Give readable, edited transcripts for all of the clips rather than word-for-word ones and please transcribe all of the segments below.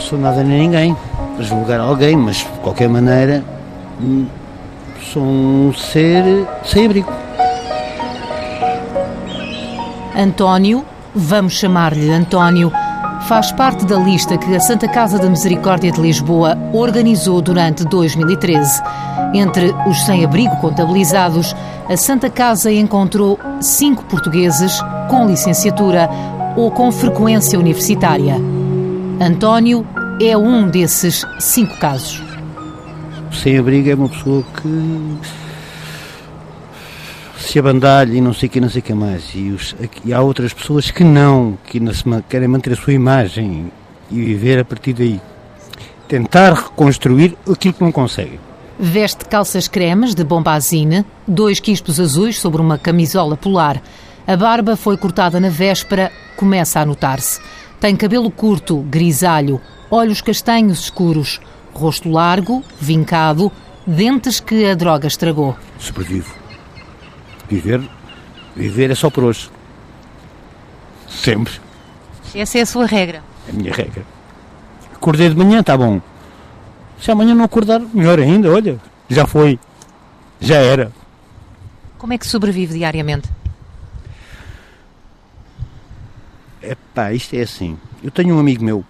sou nada nem ninguém para julgar alguém, mas de qualquer maneira sou um ser sem abrigo. António, vamos chamar-lhe António, faz parte da lista que a Santa Casa da Misericórdia de Lisboa organizou durante 2013. Entre os sem-abrigo contabilizados, a Santa Casa encontrou 5 portugueses com licenciatura ou com frequência universitária. António é um desses 5 casos. Sem-abrigo é uma pessoa que se abandalha e não sei o que mais. E há outras pessoas que não, que querem manter a sua imagem e viver a partir daí. Tentar reconstruir aquilo que não conseguem. Veste calças cremes de bombazine, 2 quispos azuis sobre uma camisola polar. A barba foi cortada na véspera, começa a notar-se. Tem cabelo curto, grisalho, olhos castanhos escuros, rosto largo, vincado, dentes que a droga estragou. Sobrevivo. Viver é só por hoje. Sempre. Essa é a sua regra? É a minha regra. Acordei de manhã, está bom. Se amanhã não acordar, melhor ainda, olha. Já foi. Já era. Como é que sobrevive diariamente? Epá, isto é assim. Eu tenho um amigo meu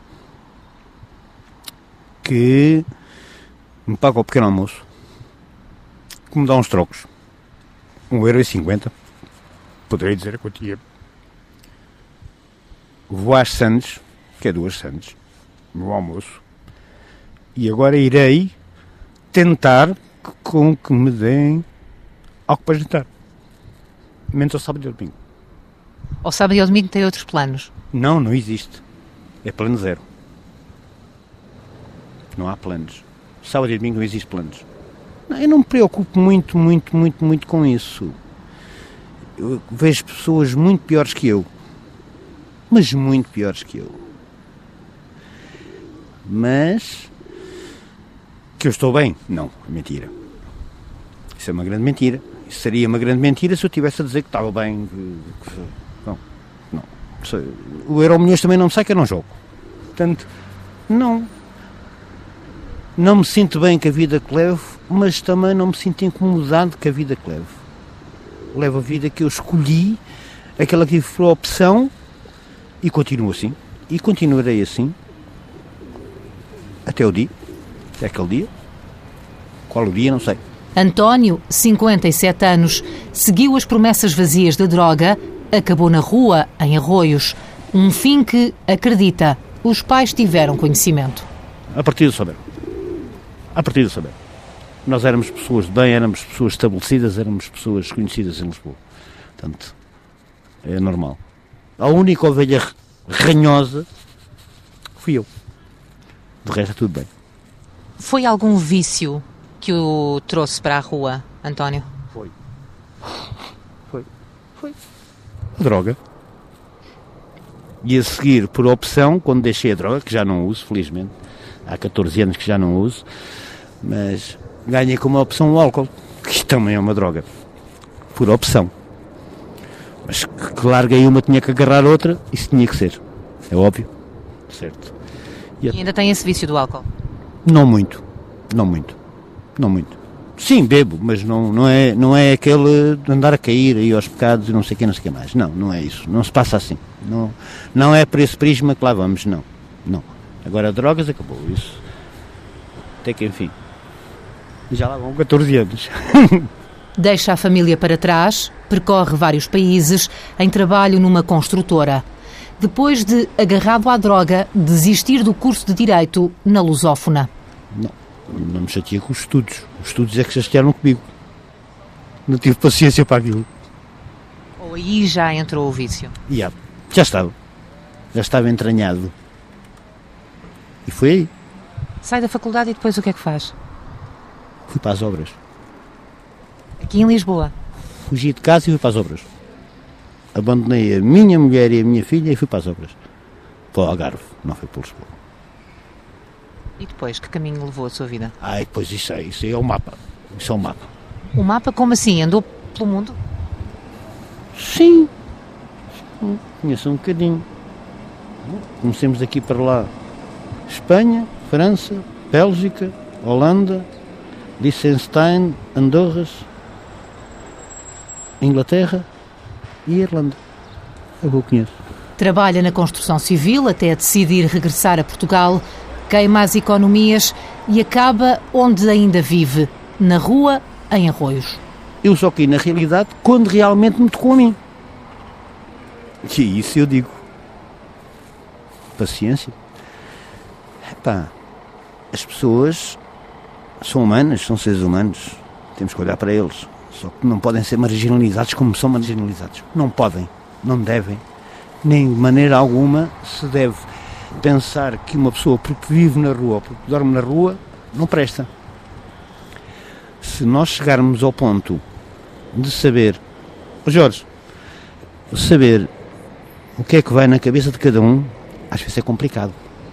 que me paga o pequeno almoço, que me dá uns trocos. 1,50€. Poderei dizer a quantia. Vou às Sandes, que é 2 Sandes, no almoço, e agora irei tentar com que me deem algo para jantar. Menos ao sábado e ao domingo. Ao sábado e ao domingo tem outros planos? Não existe. É plano zero. Não há planos. Sábado e domingo não existe planos. Eu não me preocupo muito com isso. Eu vejo pessoas muito piores que eu. Mas muito piores que eu. Mas que eu estou bem? Não, é mentira. Isso é uma grande mentira. Isso seria uma grande mentira se eu estivesse a dizer que estava bem. Não. O Euromilhões também não me sai, que eu não jogo. Portanto, não me sinto bem com a vida que levo, mas também não me sinto incomodado com a vida que levo. Levo a vida que eu escolhi, aquela que tive por opção, e continuo assim. E continuarei assim até aquele dia. Qual o dia, não sei. António, 57 anos, seguiu as promessas vazias da droga, acabou na rua, em Arroios. Um fim que, acredita, os pais tiveram conhecimento. A partir do saber. Nós éramos pessoas de bem, éramos pessoas estabelecidas, éramos pessoas conhecidas em Lisboa. Portanto, é normal. A única ovelha ranhosa fui eu. De resto é tudo bem. Foi algum vício que o trouxe para a rua, António? Foi. A droga. E a seguir, por opção, quando deixei a droga, que já não uso, felizmente, há 14 anos que já não uso, mas ganhei como opção o álcool, que isto também é uma droga. Por opção. Mas que larguei uma, tinha que agarrar outra, isso tinha que ser. É óbvio. Certo. E ainda tem esse vício do álcool? Não muito. Sim, bebo, mas não é aquele de andar a cair aí aos pecados e não sei o que mais. Não é isso. Não se passa assim. Não é por esse prisma que lá vamos, não. Agora, drogas, acabou isso. Até que, enfim, já lá vão 14 anos. Deixa a família para trás, percorre vários países em trabalho numa construtora. Depois de, agarrado à droga, desistir do curso de Direito na Lusófona. Não me chateei com os estudos. Os estudos é que chatearam comigo. Não tive paciência para aquilo. Ou aí já entrou o vício? Já estava entranhado. E foi aí. Sai da faculdade e depois o que é que faz? Fui para as obras. Aqui em Lisboa? Fugi de casa e fui para as obras. Abandonei a minha mulher e a minha filha e fui para as obras. Para o Algarve, não foi para Lisboa. E depois, que caminho levou a sua vida? Depois isso aí é o mapa. Isso é o mapa. O mapa como assim? Andou pelo mundo? Sim. Conheço um bocadinho. Comecemos daqui para lá. Espanha, França, Bélgica, Holanda, Liechtenstein, Andorras, Inglaterra e Irlanda. É o que eu conheço. Trabalha na construção civil até decidir regressar a Portugal, queima as economias e acaba onde ainda vive, na rua, em Arroios. Eu só caí na realidade quando realmente me tocou a mim. E isso eu digo. Paciência. Epá, as pessoas são humanas, são seres humanos. Temos que olhar para eles. Só que não podem ser marginalizados como são marginalizados. Não podem, não devem. Nem de maneira alguma se deve pensar que uma pessoa, porque vive na rua ou porque dorme na rua, não presta. Se nós chegarmos ao ponto de saber, Jorge, saber o que é que vai na cabeça de cada um, às vezes é complicado.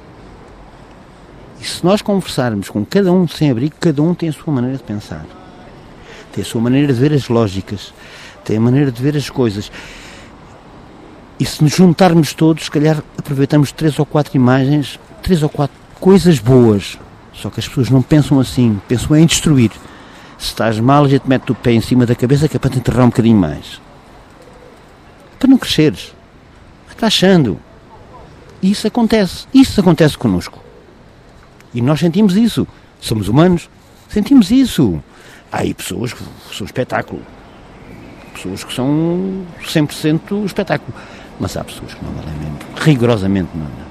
E se nós conversarmos com cada um sem abrigo, cada um tem a sua maneira de pensar. Tem a sua maneira de ver as lógicas, tem a maneira de ver as coisas. E se nos juntarmos todos, se calhar aproveitamos 3 ou 4 imagens, 3 ou 4 coisas boas. Só que as pessoas não pensam assim, pensam em destruir. Se estás mal, a gente mete o pé em cima da cabeça que é para te enterrar um bocadinho mais. Para não cresceres. Está achando. E isso acontece connosco. E nós sentimos isso. Somos humanos, sentimos isso. Há aí pessoas que são espetáculo. Pessoas que são 100% espetáculo. Mas há pessoas que não valem mesmo. Rigorosamente não.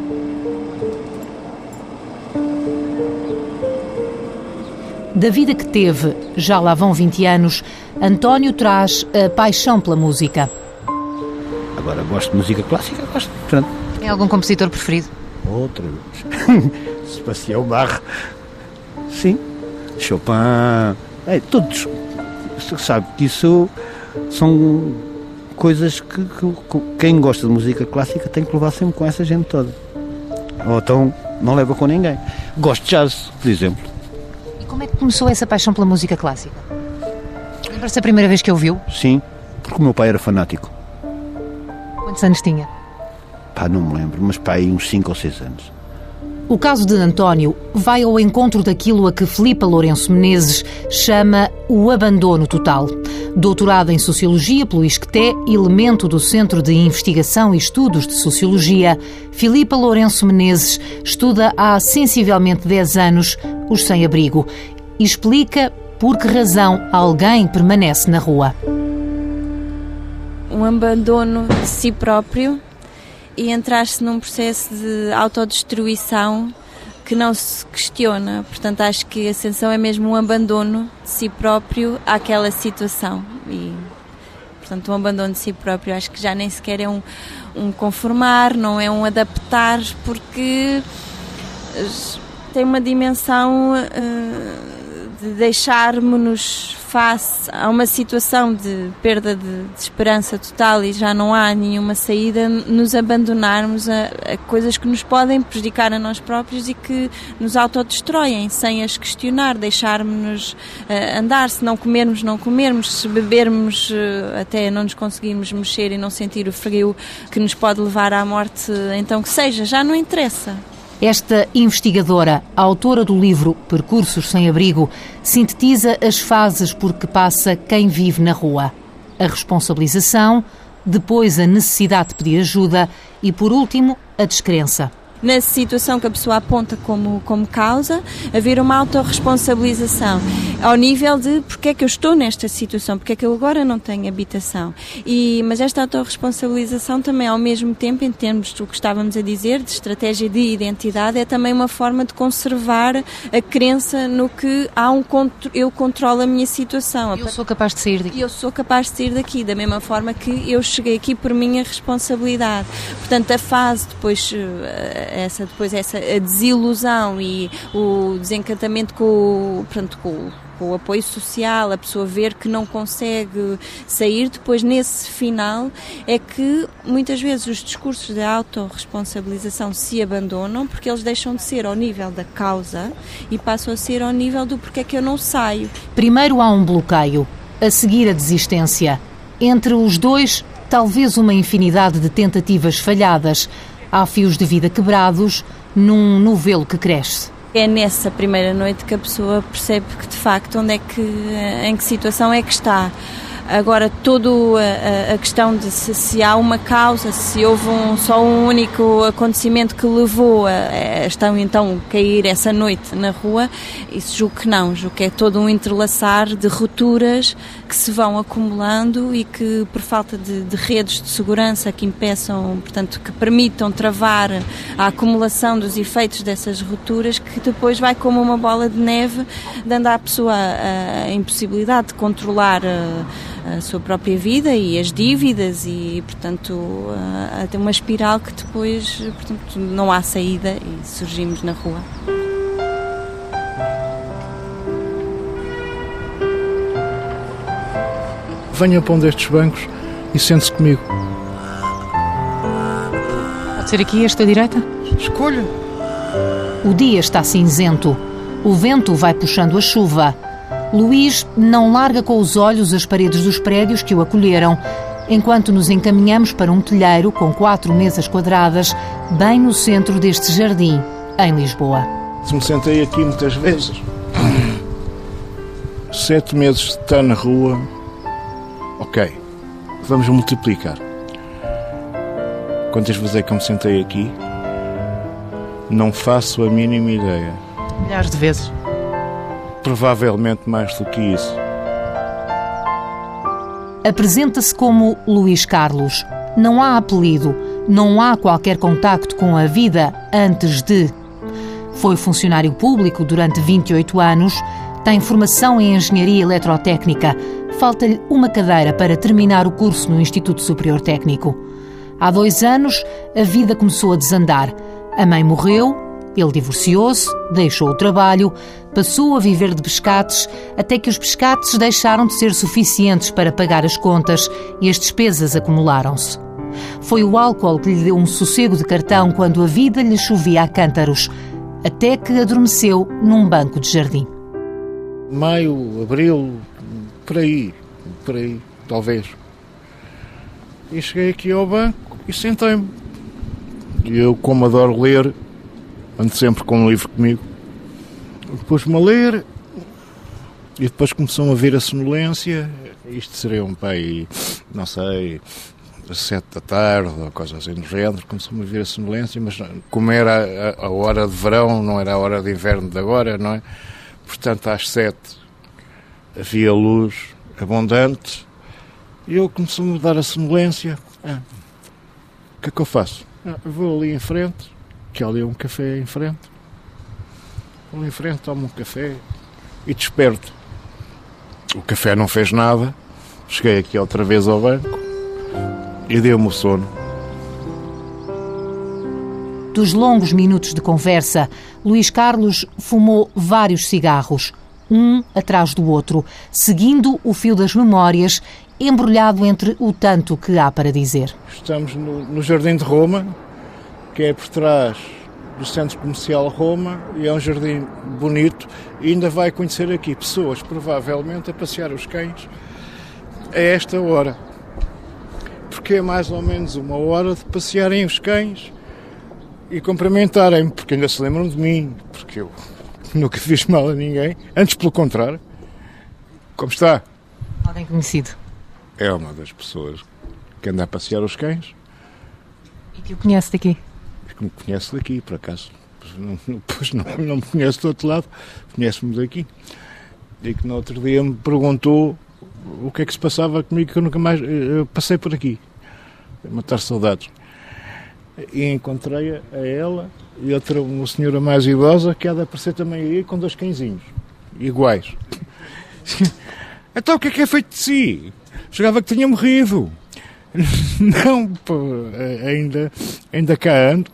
Da vida que teve, já lá vão 20 anos, António traz a paixão pela música. Agora gosto de música clássica, gosto. Pronto. Tem algum compositor preferido? Outra vez. Sebastião Bach. Sim. Chopin. Todos. Sabe que isso são coisas que quem gosta de música clássica tem que levar sempre com essa gente toda. Ou então não leva com ninguém. Gosto de jazz, por exemplo. E como é que começou essa paixão pela música clássica? Lembra-se a primeira vez que ouviu? Sim, porque o meu pai era fanático. Quantos anos tinha? Não me lembro, mas aí uns 5 ou 6 anos. O caso de António vai ao encontro daquilo a que Filipa Lourenço Menezes chama o abandono total. Doutorado em Sociologia pelo ISCTE, elemento do Centro de Investigação e Estudos de Sociologia, Filipa Lourenço Menezes estuda há sensivelmente 10 anos os sem-abrigo e explica por que razão alguém permanece na rua. Um abandono de si próprio e entrar-se num processo de autodestruição que não se questiona. Portanto, acho que a ascensão é mesmo um abandono de si próprio àquela situação. E, portanto, um abandono de si próprio acho que já nem sequer é um conformar, não é um adaptar, porque tem uma dimensão de deixarmos-nos face a uma situação de perda de esperança total e já não há nenhuma saída, nos abandonarmos a coisas que nos podem prejudicar a nós próprios e que nos autodestroem, sem as questionar, deixarmos-nos andar. Se não comermos, não comermos, se bebermos até não nos conseguirmos mexer e não sentir o frio que nos pode levar à morte, então que seja, já não interessa. Esta investigadora, autora do livro Percursos Sem Abrigo, sintetiza as fases por que passa quem vive na rua. A responsabilização, depois a necessidade de pedir ajuda e, por último, a descrença. Na situação que a pessoa aponta como causa, haver uma autorresponsabilização ao nível de porque é que eu estou nesta situação, porque é que eu agora não tenho habitação. Mas esta autorresponsabilização também, ao mesmo tempo, em termos do que estávamos a dizer, de estratégia de identidade, é também uma forma de conservar a crença no que eu controlo a minha situação. Eu sou capaz de sair daqui. Eu sou capaz de sair daqui, da mesma forma que eu cheguei aqui por minha responsabilidade. Portanto, a fase depois essa a desilusão e o desencantamento com o apoio social, a pessoa ver que não consegue sair, depois nesse final é que muitas vezes os discursos de autorresponsabilização se abandonam porque eles deixam de ser ao nível da causa e passam a ser ao nível do porque é que eu não saio. Primeiro há um bloqueio, a seguir a desistência. Entre os dois, talvez uma infinidade de tentativas falhadas. Há fios de vida quebrados, num novelo que cresce. É nessa primeira noite que a pessoa percebe que, de facto, em que situação é que está. Agora, toda a questão de se há uma causa, se houve só um único acontecimento que levou a então cair essa noite na rua, isso julgo que não. Julgo que é todo um entrelaçar de rupturas que se vão acumulando e que, por falta de redes de segurança que impeçam, portanto, que permitam travar a acumulação dos efeitos dessas rupturas, que depois vai como uma bola de neve, dando à pessoa a impossibilidade de controlar a sua própria vida e as dívidas e, portanto, até uma espiral que depois, portanto, não há saída e surgimos na rua. Venha para um destes bancos e sente-se comigo. Pode ser aqui, esta direita? Escolha. O dia está cinzento. O vento vai puxando a chuva. Luís não larga com os olhos as paredes dos prédios que o acolheram, enquanto nos encaminhamos para um telheiro com 4 mesas quadradas, bem no centro deste jardim, em Lisboa. Se me sentei aqui muitas vezes. 7 meses de estar na rua. Ok, vamos multiplicar. Quantas vezes é que eu me sentei aqui? Não faço a mínima ideia. Milhares de vezes. Provavelmente mais do que isso. Apresenta-se como Luís Carlos. Não há apelido, não há qualquer contacto com a vida antes de. Foi funcionário público durante 28 anos, tem formação em Engenharia Eletrotécnica. Falta-lhe uma cadeira para terminar o curso no Instituto Superior Técnico. Há 2 anos, a vida começou a desandar. A mãe morreu, ele divorciou-se, deixou o trabalho, passou a viver de pescates, até que os pescates deixaram de ser suficientes para pagar as contas e as despesas acumularam-se. Foi o álcool que lhe deu um sossego de cartão quando a vida lhe chovia a cântaros, até que adormeceu num banco de jardim. Maio, abril, por aí, talvez. E cheguei aqui ao banco e sentei-me. E eu, como adoro ler, ando sempre com um livro comigo. Pus-me a ler e depois começou a vir a sonolência. Isto seria um pai, não sei, às 7 da tarde ou coisa assim do género. Começou-me a vir a sonolência, mas como era a hora de verão, não era a hora de inverno de agora, não é? Portanto, às 7 havia luz abundante e eu começou-me a dar a sonolência. O que é que eu faço? Vou ali em frente, que há ali um café em frente. Vou ali em frente, tomo um café e desperto. O café não fez nada. Cheguei aqui outra vez ao banco e deu-me o sono. Dos longos minutos de conversa, Luís Carlos fumou vários cigarros, um atrás do outro, seguindo o fio das memórias, embrulhado entre o tanto que há para dizer. Estamos no Jardim de Roma, que é por trás do Centro Comercial Roma, e é um jardim bonito, e ainda vai conhecer aqui pessoas, provavelmente, a passear os cães a esta hora. Porque é mais ou menos 1 hora de passearem os cães e cumprimentarem-me, porque ainda se lembram de mim, porque eu nunca fiz mal a ninguém, antes pelo contrário. Como está? Alguém conhecido. É uma das pessoas que anda a passear os cães. E que o conhece daqui? Que me conhece daqui, por acaso. Pois não me conhece do outro lado, conhece-me daqui. E que no outro dia me perguntou o que é que se passava comigo, que eu nunca mais passei por aqui. Matar saudades. E encontrei a ela e outra, uma senhora mais idosa, que há de aparecer também aí com 2 cãezinhos, iguais. Então o que é feito de si? Chegava que tinha morrido. Não, pô, ainda cá ando.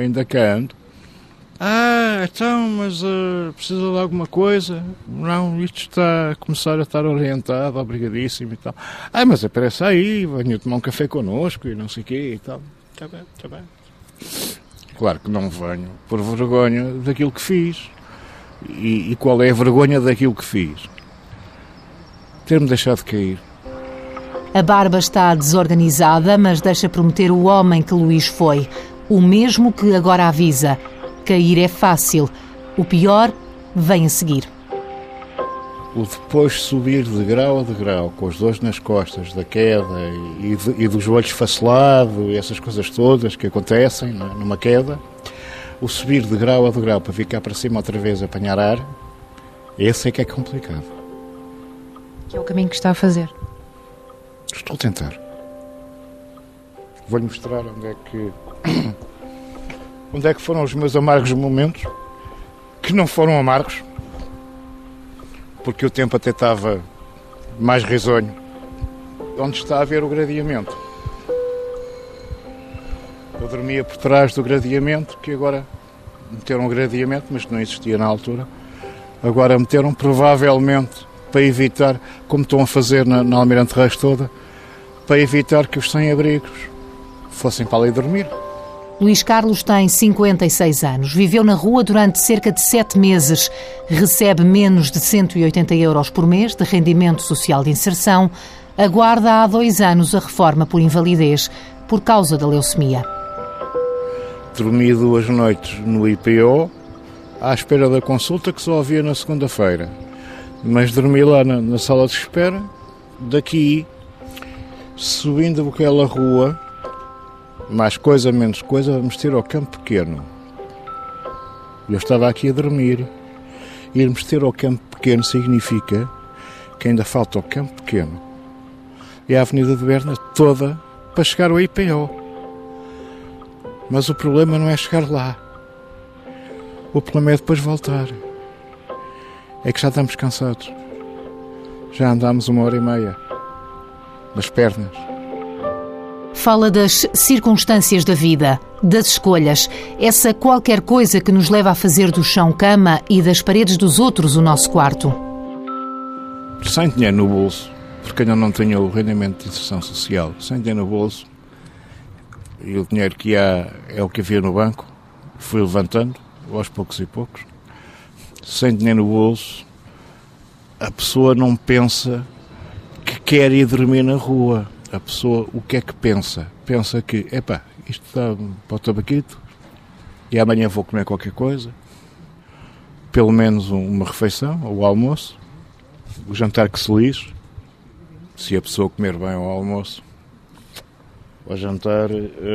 Então, mas precisa de alguma coisa? Não, isto está a começar a estar orientado, obrigadíssimo e tal. Mas aparece aí, venha tomar um café connosco e não sei o quê e tal. Está bem. Claro que não venho por vergonha daquilo que fiz. E qual é a vergonha daquilo que fiz? Ter-me deixado cair. A barba está desorganizada, mas deixa prometer o homem que Luís foi. O mesmo que agora avisa. Cair é fácil. O pior vem a seguir. O depois subir de grau a degrau, com as dores nas costas, da queda e dos joelhos esfacelado, e essas coisas todas que acontecem numa queda, o subir de grau a degrau para ficar para cima outra vez a apanhar ar, esse é que é complicado. Que é o caminho que está a fazer. Estou a tentar. Vou-lhe mostrar onde é que foram os meus amargos momentos, que não foram amargos, porque o tempo até estava mais risonho. Onde está a ver o gradeamento? Eu dormia por trás do gradeamento, que agora meteram um gradeamento, mas que não existia na altura. Agora meteram provavelmente para evitar, como estão a fazer na Almirante Reis toda, para evitar que os sem-abrigos fossem para ali dormir. Luís Carlos tem 56 anos. Viveu na rua durante cerca de 7 meses. Recebe menos de 180 euros por mês de rendimento social de inserção. Aguarda há 2 anos a reforma por invalidez por causa da leucemia. Dormi 2 noites no IPO, à espera da consulta que só havia na segunda-feira. Mas dormi lá na sala de espera. Daqui, subindo aquela rua, mais coisa, menos coisa, vamos ter ao Campo Pequeno. Eu estava aqui a dormir. Ir-me ter ao Campo Pequeno significa que ainda falta ao Campo Pequeno e a Avenida de Berna toda para chegar ao IPO. Mas o problema não é chegar lá. O problema é depois voltar. É que já estamos cansados. Já andámos 1h30 nas pernas. Fala das circunstâncias da vida, das escolhas, essa qualquer coisa que nos leva a fazer do chão cama e das paredes dos outros o nosso quarto. Sem dinheiro no bolso, porque ainda não tenho o rendimento de inserção social, sem dinheiro no bolso, e o dinheiro que há é o que havia no banco, fui levantando, aos poucos e poucos. Sem dinheiro no bolso, a pessoa não pensa que quer ir dormir na rua. A pessoa, o que é que pensa? Pensa que, isto está para o tabaquito e amanhã vou comer qualquer coisa, pelo menos uma refeição, ou o almoço, o jantar que se lixe, se a pessoa comer bem ao almoço. O jantar,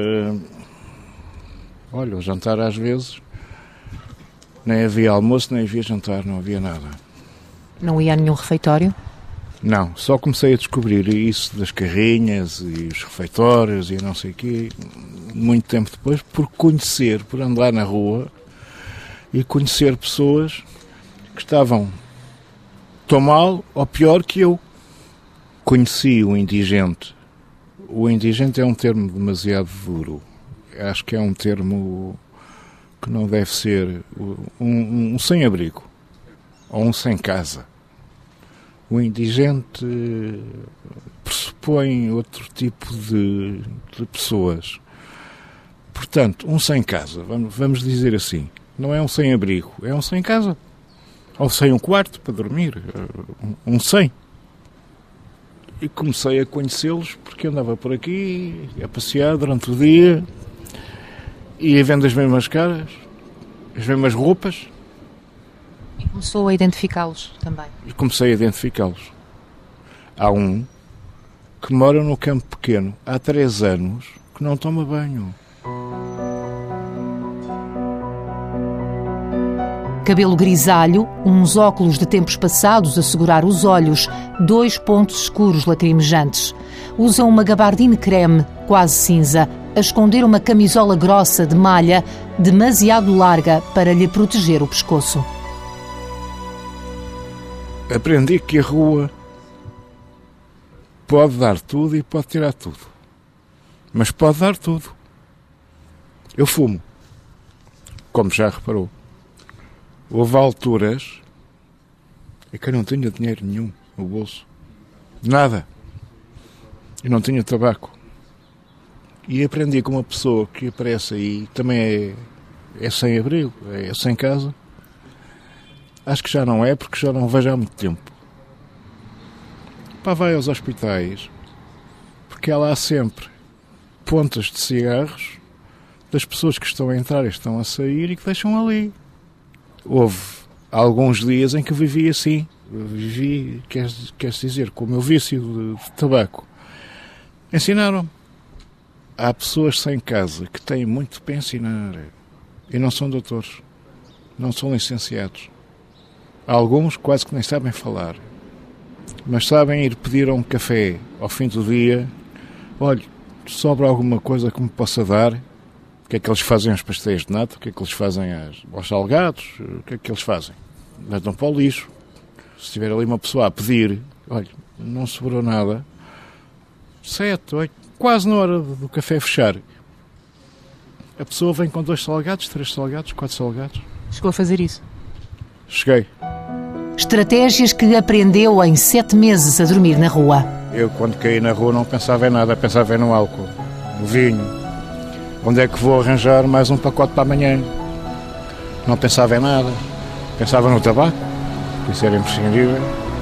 o jantar às vezes, nem havia almoço, nem havia jantar, não havia nada. Não ia a nenhum refeitório? Não, só comecei a descobrir isso das carrinhas e os refeitórios e não sei o quê, muito tempo depois, por andar na rua e conhecer pessoas que estavam tão mal ou pior que eu. Conheci o indigente. O indigente é um termo demasiado duro. Acho que é um termo que não deve ser um sem-abrigo ou um sem-casa. O indigente pressupõe outro tipo de pessoas. Portanto, um sem-casa, vamos dizer assim, não é um sem-abrigo, é um sem-casa. Ou sem um quarto para dormir, um sem. E comecei a conhecê-los porque andava por aqui, a passear durante o dia, ia vendo as mesmas caras, as mesmas roupas. E começou a identificá-los também? E comecei a identificá-los. Há um que mora no Campo Pequeno há 3 anos que não toma banho. Cabelo grisalho, uns óculos de tempos passados a segurar os olhos, 2 pontos escuros lacrimejantes. Usa uma gabardine creme, quase cinza, a esconder uma camisola grossa de malha, demasiado larga para lhe proteger o pescoço. Aprendi que a rua pode dar tudo e pode tirar tudo. Mas pode dar tudo. Eu fumo, como já reparou. Houve alturas em que eu não tinha dinheiro nenhum no bolso. Nada. Eu não tinha tabaco. E aprendi com uma pessoa que aparece aí, também é sem abrigo, é sem casa. Acho que já não é, porque já não vejo há muito tempo. Vai aos hospitais, porque há lá sempre pontas de cigarros, das pessoas que estão a entrar e estão a sair e que deixam ali. Houve alguns dias em que eu vivi assim. Vivi, queres dizer, com o meu vício de tabaco. Ensinaram-me. Há pessoas sem casa que têm muito para ensinar e não são doutores, não são licenciados. Há alguns quase que nem sabem falar, mas sabem ir pedir um café ao fim do dia. Olha, sobra alguma coisa que me possa dar? O que é que eles fazem aos pastéis de nata? O que é que eles fazem aos salgados? O que é que eles fazem? Dão para o lixo. Se tiver ali uma pessoa a pedir, olha, não sobrou nada, 7, 8, quase na hora do café fechar, a pessoa vem com 2 salgados, 3 salgados, 4 salgados. Chegou a fazer isso? Cheguei. Estratégias que aprendeu em 7 meses a dormir na rua. Eu, quando caí na rua, não pensava em nada, pensava no álcool, no vinho. Onde é que vou arranjar mais um pacote para amanhã? Não pensava em nada. Pensava no tabaco. Isso era imprescindível.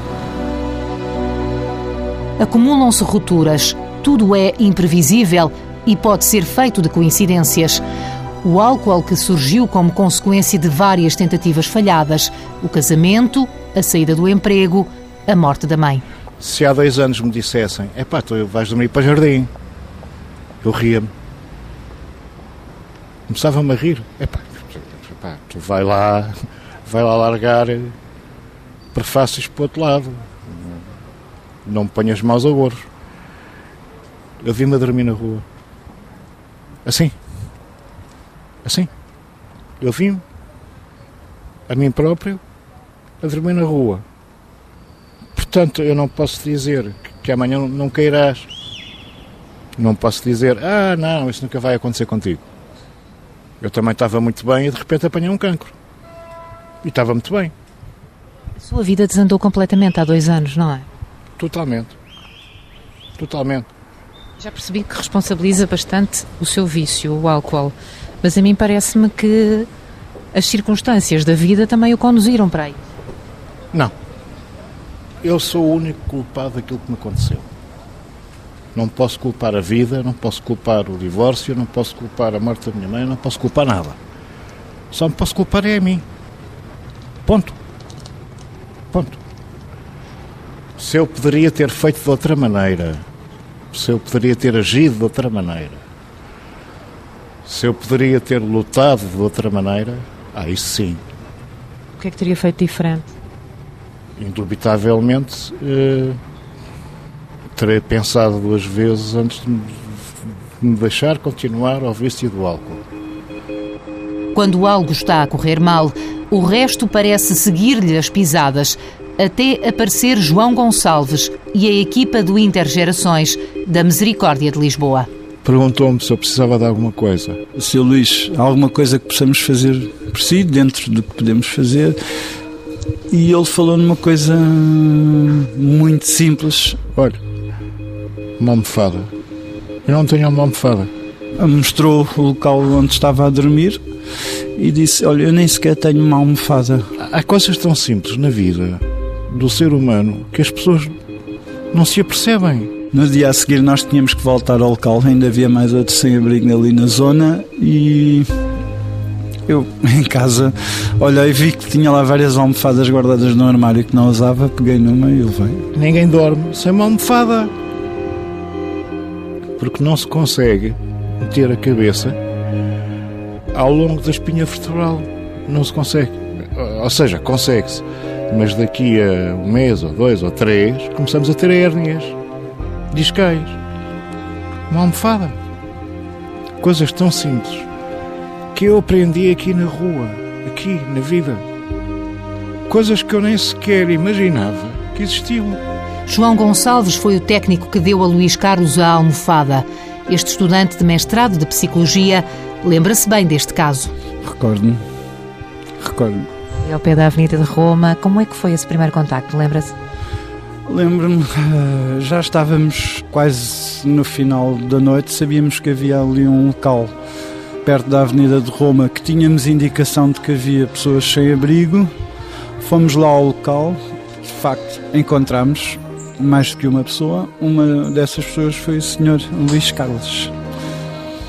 Acumulam-se rupturas, tudo é imprevisível e pode ser feito de coincidências. O álcool que surgiu como consequência de várias tentativas falhadas, o casamento, a saída do emprego, a morte da mãe. Se há 2 anos me dissessem, tu vais dormir para o jardim, eu ria-me. Começava-me a rir. Tu vai lá largar prefácios para o outro lado. Não me ponhas maus agouros. Eu vim-me a dormir na rua. Assim. Eu vim a mim próprio a dormir na rua. Portanto, eu não posso dizer que amanhã não cairás. Não posso dizer, não, isso nunca vai acontecer contigo. Eu também estava muito bem e de repente apanhei um cancro. E estava muito bem. A sua vida desandou completamente há 2 anos, não é? Totalmente. Já percebi que responsabiliza bastante o seu vício, o álcool. Mas a mim parece-me que as circunstâncias da vida também o conduziram para aí. Não. Eu sou o único culpado daquilo que me aconteceu. Não posso culpar a vida, não posso culpar o divórcio, não posso culpar a morte da minha mãe, não posso culpar nada. Só me posso culpar é a mim. Ponto. Se eu poderia ter feito de outra maneira, se eu poderia ter agido de outra maneira, se eu poderia ter lutado de outra maneira, isso sim. O que é que teria feito diferente? Indubitavelmente, terei pensado 2 vezes antes de me deixar continuar ao vício do álcool. Quando algo está a correr mal, o resto parece seguir-lhe as pisadas, até aparecer João Gonçalves e a equipa do Intergerações da Misericórdia de Lisboa. Perguntou-me se eu precisava de alguma coisa. Sr. Luís, há alguma coisa que possamos fazer por si, dentro do que podemos fazer? E ele falou numa coisa muito simples. Olha, uma almofada. Eu não tenho uma almofada. Mostrou o local onde estava a dormir e disse, olha, eu nem sequer tenho uma almofada. Há coisas tão simples na vida do ser humano que as pessoas não se apercebem. No dia a seguir nós tínhamos que voltar ao local, ainda havia mais outro sem-abrigo ali na zona e eu em casa olhei e vi que tinha lá várias almofadas guardadas no armário que não usava, peguei numa e levei. Ninguém dorme sem uma almofada porque não se consegue meter a cabeça ao longo da espinha vertebral, não se consegue, ou seja, consegue-se, mas daqui a 1 mês ou 2 ou 3 começamos a ter hérnias discais. Uma almofada, coisas tão simples que eu aprendi aqui na rua, aqui na vida, coisas que eu nem sequer imaginava que existiam. João Gonçalves foi o técnico que deu a Luís Carlos a almofada. Este estudante de mestrado de Psicologia lembra-se bem deste caso. Recordo-me. Ao pé da Avenida de Roma, como é que foi esse primeiro contacto, lembra-se? Lembro-me, já estávamos quase no final da noite, sabíamos que havia ali um local perto da Avenida de Roma que tínhamos indicação de que havia pessoas sem abrigo. Fomos lá ao local, de facto encontramos mais do que uma pessoa. Uma dessas pessoas foi o Sr. Luís Carlos.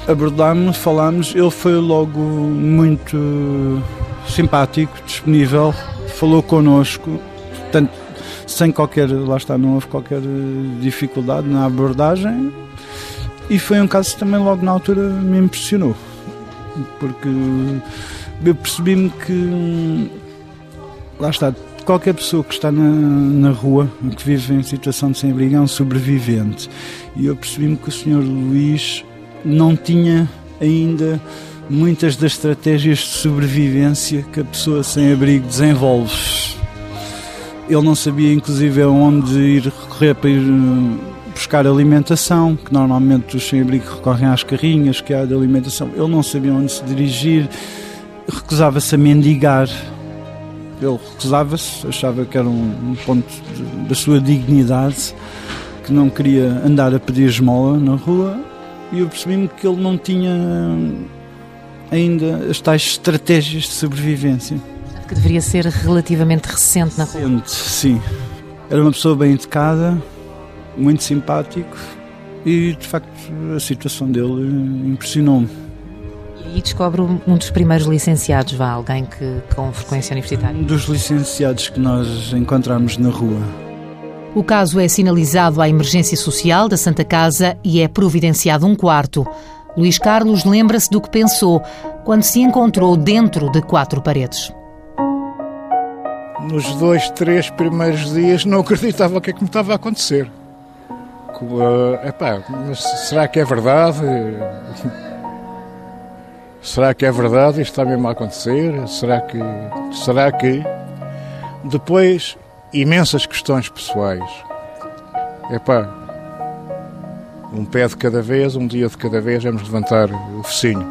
abordámos-lo, falámos, ele foi logo muito simpático, disponível, falou connosco, portanto, sem qualquer, lá está, não houve qualquer dificuldade na abordagem, e foi um caso que também logo na altura me impressionou, porque eu percebi-me que, lá está, qualquer pessoa que está na rua, que vive em situação de sem-abrigo, é um sobrevivente, e eu percebi-me que o Sr. Luís não tinha ainda muitas das estratégias de sobrevivência que a pessoa sem abrigo desenvolve. Ele não sabia, inclusive, aonde ir recorrer para ir buscar alimentação, que normalmente os sem-abrigo recorrem às carrinhas que há de alimentação. Ele não sabia onde se dirigir, recusava-se a mendigar. Ele recusava-se, achava que era um ponto da sua dignidade, que não queria andar a pedir esmola na rua, e eu percebi-me que ele não tinha ainda as tais estratégias de sobrevivência. Que deveria ser relativamente recente na rua. Recente, sim. Era uma pessoa bem educada, muito simpático, e de facto a situação dele impressionou-me. E aí descobre um dos primeiros licenciados, alguém que com frequência universitária. Um dos licenciados que nós encontramos na rua. O caso é sinalizado à emergência social da Santa Casa e é providenciado um quarto. Luís Carlos lembra-se do que pensou quando se encontrou dentro de 4 paredes. Nos 2, 3 primeiros dias não acreditava o que é que me estava a acontecer. Mas será que é verdade? Será que é verdade? Isto está mesmo a acontecer? Será que... Depois, imensas questões pessoais. Um pé de cada vez, um dia de cada vez, vamos levantar o focinho.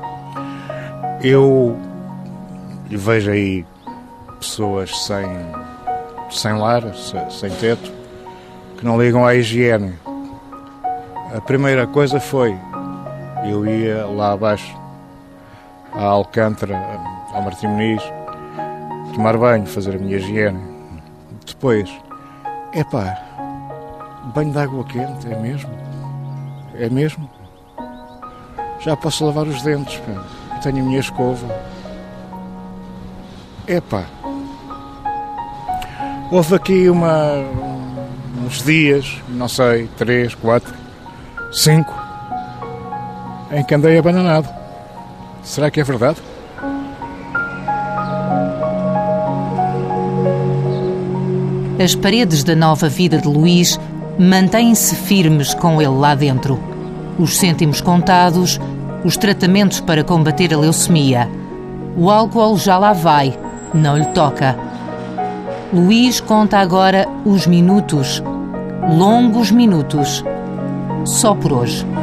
Eu vejo aí pessoas sem lar, sem teto, que não ligam à higiene. A primeira coisa foi, eu ia lá abaixo, à Alcântara, ao Martim Muniz, tomar banho, fazer a minha higiene. Depois, banho de água quente, é mesmo? É mesmo? Já posso lavar os dentes, tenho a minha escova. Houve aqui uns dias, não sei, 3, 4, 5, em que andei abananado. Será que é verdade? As paredes da nova vida de Luís mantêm-se firmes com ele lá dentro. Os cêntimos contados, os tratamentos para combater a leucemia. O álcool já lá vai, não lhe toca. Luís conta agora os minutos, longos minutos, só por hoje.